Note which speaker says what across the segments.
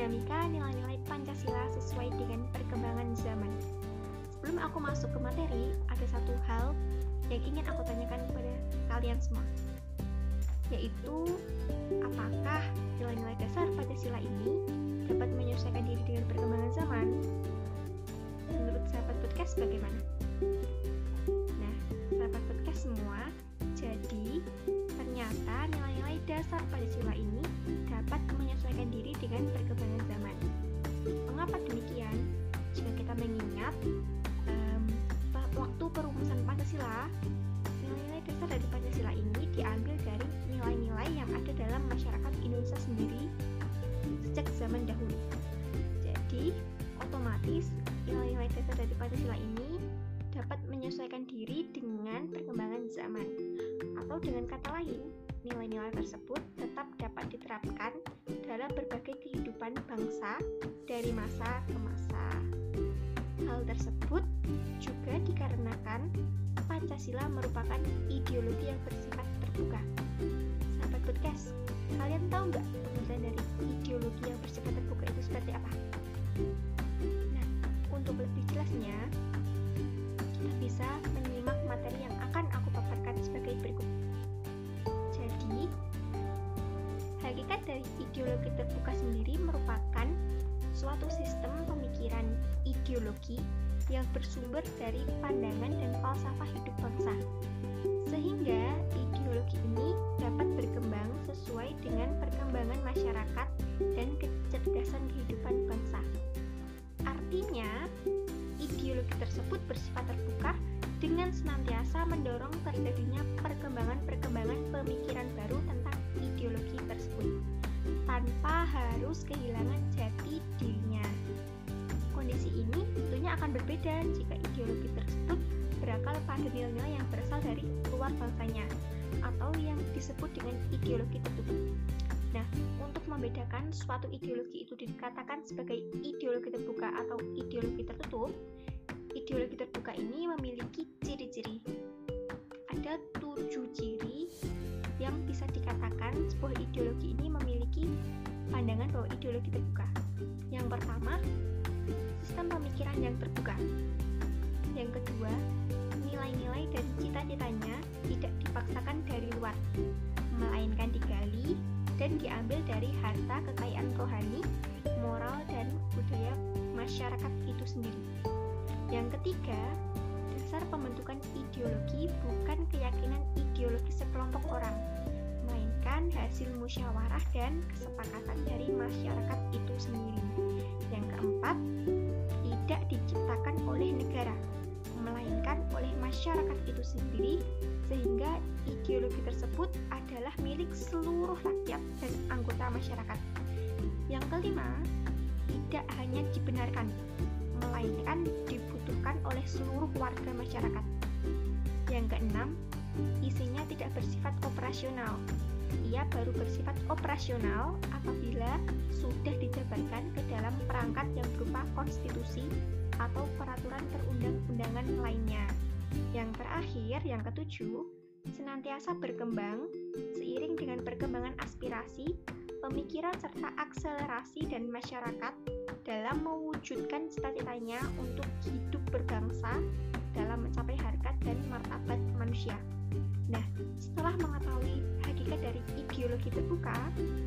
Speaker 1: dinamika nilai-nilai Pancasila sesuai dengan perkembangan zaman. Sebelum aku masuk ke materi, ada satu hal yang ingin aku tanyakan kepada kalian semua, yaitu apakah nilai-nilai dasar Pancasila ini dapat menyesuaikan diri dengan perkembangan zaman? Menurut sahabat podcast bagaimana? Nah, sahabat podcast semua, jadi ternyata nilai-nilai dasar Pancasila ini dapat menyesuaikan diri dengan perkembangan zaman. Mengapa demikian? Jika kita mengingat waktu perumusan Pancasila, nilai-nilai dasar dari Pancasila ini diambil dari nilai-nilai yang ada dalam masyarakat Indonesia sendiri sejak zaman dahulu. Jadi, otomatis nilai-nilai dasar dari Pancasila ini dapat menyesuaikan diri dengan perkembangan zaman. Atau dengan kata lain, nilai-nilai tersebut tetap dapat diterapkan dalam berbagai kehidupan bangsa dari masa ke masa. Hal tersebut juga dikarenakan Pancasila merupakan ideologi yang bersifat terbuka. Sahabat podcast, kalian tahu nggak pengertian dari ideologi yang bersifat terbuka itu seperti apa? Nah, untuk lebih jelasnya, kita bisa menyimak materi yang akan aku paparkan sebagai berikut. Jadi, hakikat dari ideologi terbuka sendiri merupakan suatu sistem pemikiran ideologi yang bersumber dari pandangan dan falsafah hidup bangsa, sehingga ideologi ini dapat berkembang sesuai dengan perkembangan masyarakat dan kecerdasan kehidupan bangsa. Artinya, ideologi tersebut bersifat terbuka dengan senantiasa mendorong terjadinya perkembangan-perkembangan pemikiran baru tentang ideologi tersebut, tanpa harus kehilangan jati dirinya. Kondisi ini tentunya akan berbeda jika ideologi tersebut berakar pada nilai-nilai yang berasal dari luar bangsanya, atau yang disebut dengan ideologi tertutup. Nah, untuk membedakan suatu ideologi itu dikatakan sebagai ideologi terbuka atau ideologi tertutup, ideologi terbuka ini memiliki ciri-ciri. Ada 7 ciri yang bisa dikatakan sebuah ideologi ini memiliki pandangan bahwa ideologi terbuka. Yang pertama, sistem pemikiran yang terbuka. Yang kedua, nilai-nilai dan cita-citanya tidak dipaksakan dari luar, melainkan digali dan diambil dari harta kekayaan rohani, moral, dan budaya masyarakat itu sendiri. Yang ketiga, dasar pembentukan ideologi bukan keyakinan ideologi sekelompok orang, melainkan hasil musyawarah dan kesepakatan dari masyarakat itu sendiri. Yang keempat, tidak diciptakan oleh negara, melainkan oleh masyarakat itu sendiri, sehingga ideologi tersebut adalah milik seluruh rakyat dan anggota masyarakat. Yang kelima, tidak hanya dibenarkan, melainkan dibutuhkan oleh seluruh warga masyarakat. Yang keenam, isinya tidak bersifat operasional. Ia baru bersifat operasional apabila sudah dijabarkan ke dalam perangkat yang berupa konstitusi atau peraturan perundang-undangan lainnya. Yang terakhir, yang ketujuh, senantiasa berkembang seiring dengan perkembangan aspirasi, pemikiran serta akselerasi dan masyarakat dalam mewujudkan cita-citanya untuk hidup berbangsa dalam mencapai harkat dan martabat manusia. Nah, setelah mengetahui hakikat dari ideologi terbuka,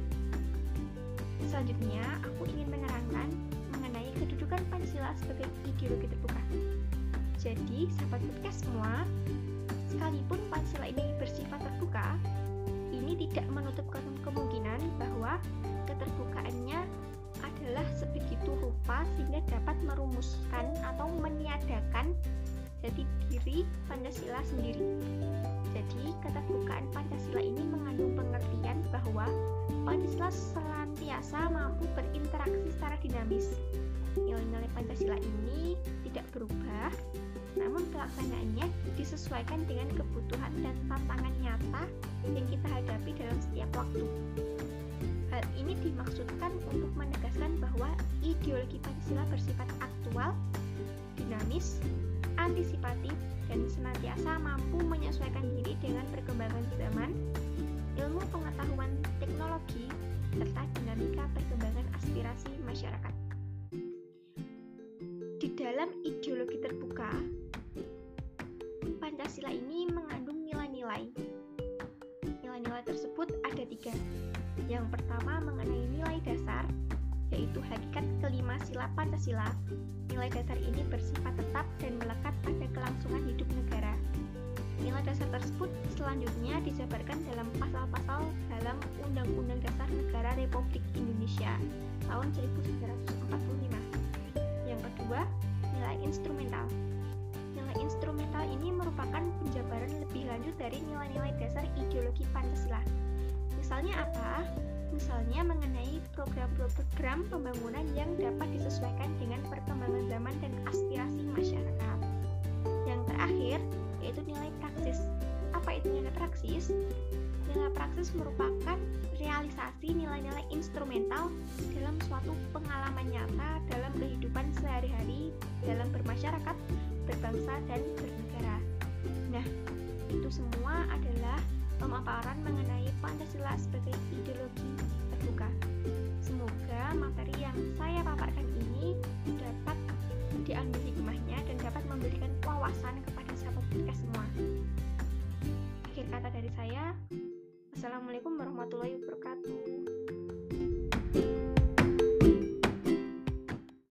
Speaker 1: selanjutnya aku ingin menerangkan mengenai kedudukan Pancasila sebagai ideologi terbuka. Jadi, sahabat podcast semua, sekalipun Pancasila ini bersifat terbuka, ini tidak menutup kemungkinan bahwa keterbukaannya adalah sebegitu rupa sehingga dapat merumuskan atau meniadakan jati diri Pancasila sendiri. Jadi, keterbukaan Pancasila ini mengandung pengertian bahwa Pancasila senantiasa mampu berinteraksi secara dinamis. Nilai-nilai Pancasila ini tidak berubah, namun pelaksanaannya disesuaikan dengan kebutuhan dan tantangan nyata yang kita hadapi dalam setiap waktu. Hal ini dimaksudkan untuk menegaskan bahwa ideologi Pancasila bersifat aktual, dinamis, antisipatif, dan senantiasa mampu menyesuaikan diri dengan perkembangan zaman, ilmu pengetahuan teknologi, serta dinamika perkembangan aspirasi masyarakat. pertama mengenai nilai dasar, yaitu hakikat kelima sila Pancasila. Nilai dasar ini bersifat tetap dan melekat pada kelangsungan hidup negara. Nilai dasar tersebut selanjutnya dijabarkan dalam pasal-pasal dalam Undang-Undang Dasar Negara Republik Indonesia tahun 1945. Yang kedua, nilai instrumental. Nilai instrumental ini merupakan penjabaran lebih lanjut dari nilai-nilai dasar ideologi Pancasila. Misalnya apa? Misalnya mengenai program-program pembangunan yang dapat disesuaikan dengan perkembangan zaman dan aspirasi masyarakat. Yang terakhir, yaitu nilai praksis. Apa itu nilai praksis? Nilai praksis merupakan realisasi nilai-nilai instrumental dalam suatu pengalaman nyata dalam kehidupan sehari-hari dalam bermasyarakat, berbangsa, dan bernegara. Nah, itu semua adalah pemaparan mengenai Pancasila sebagai ideologi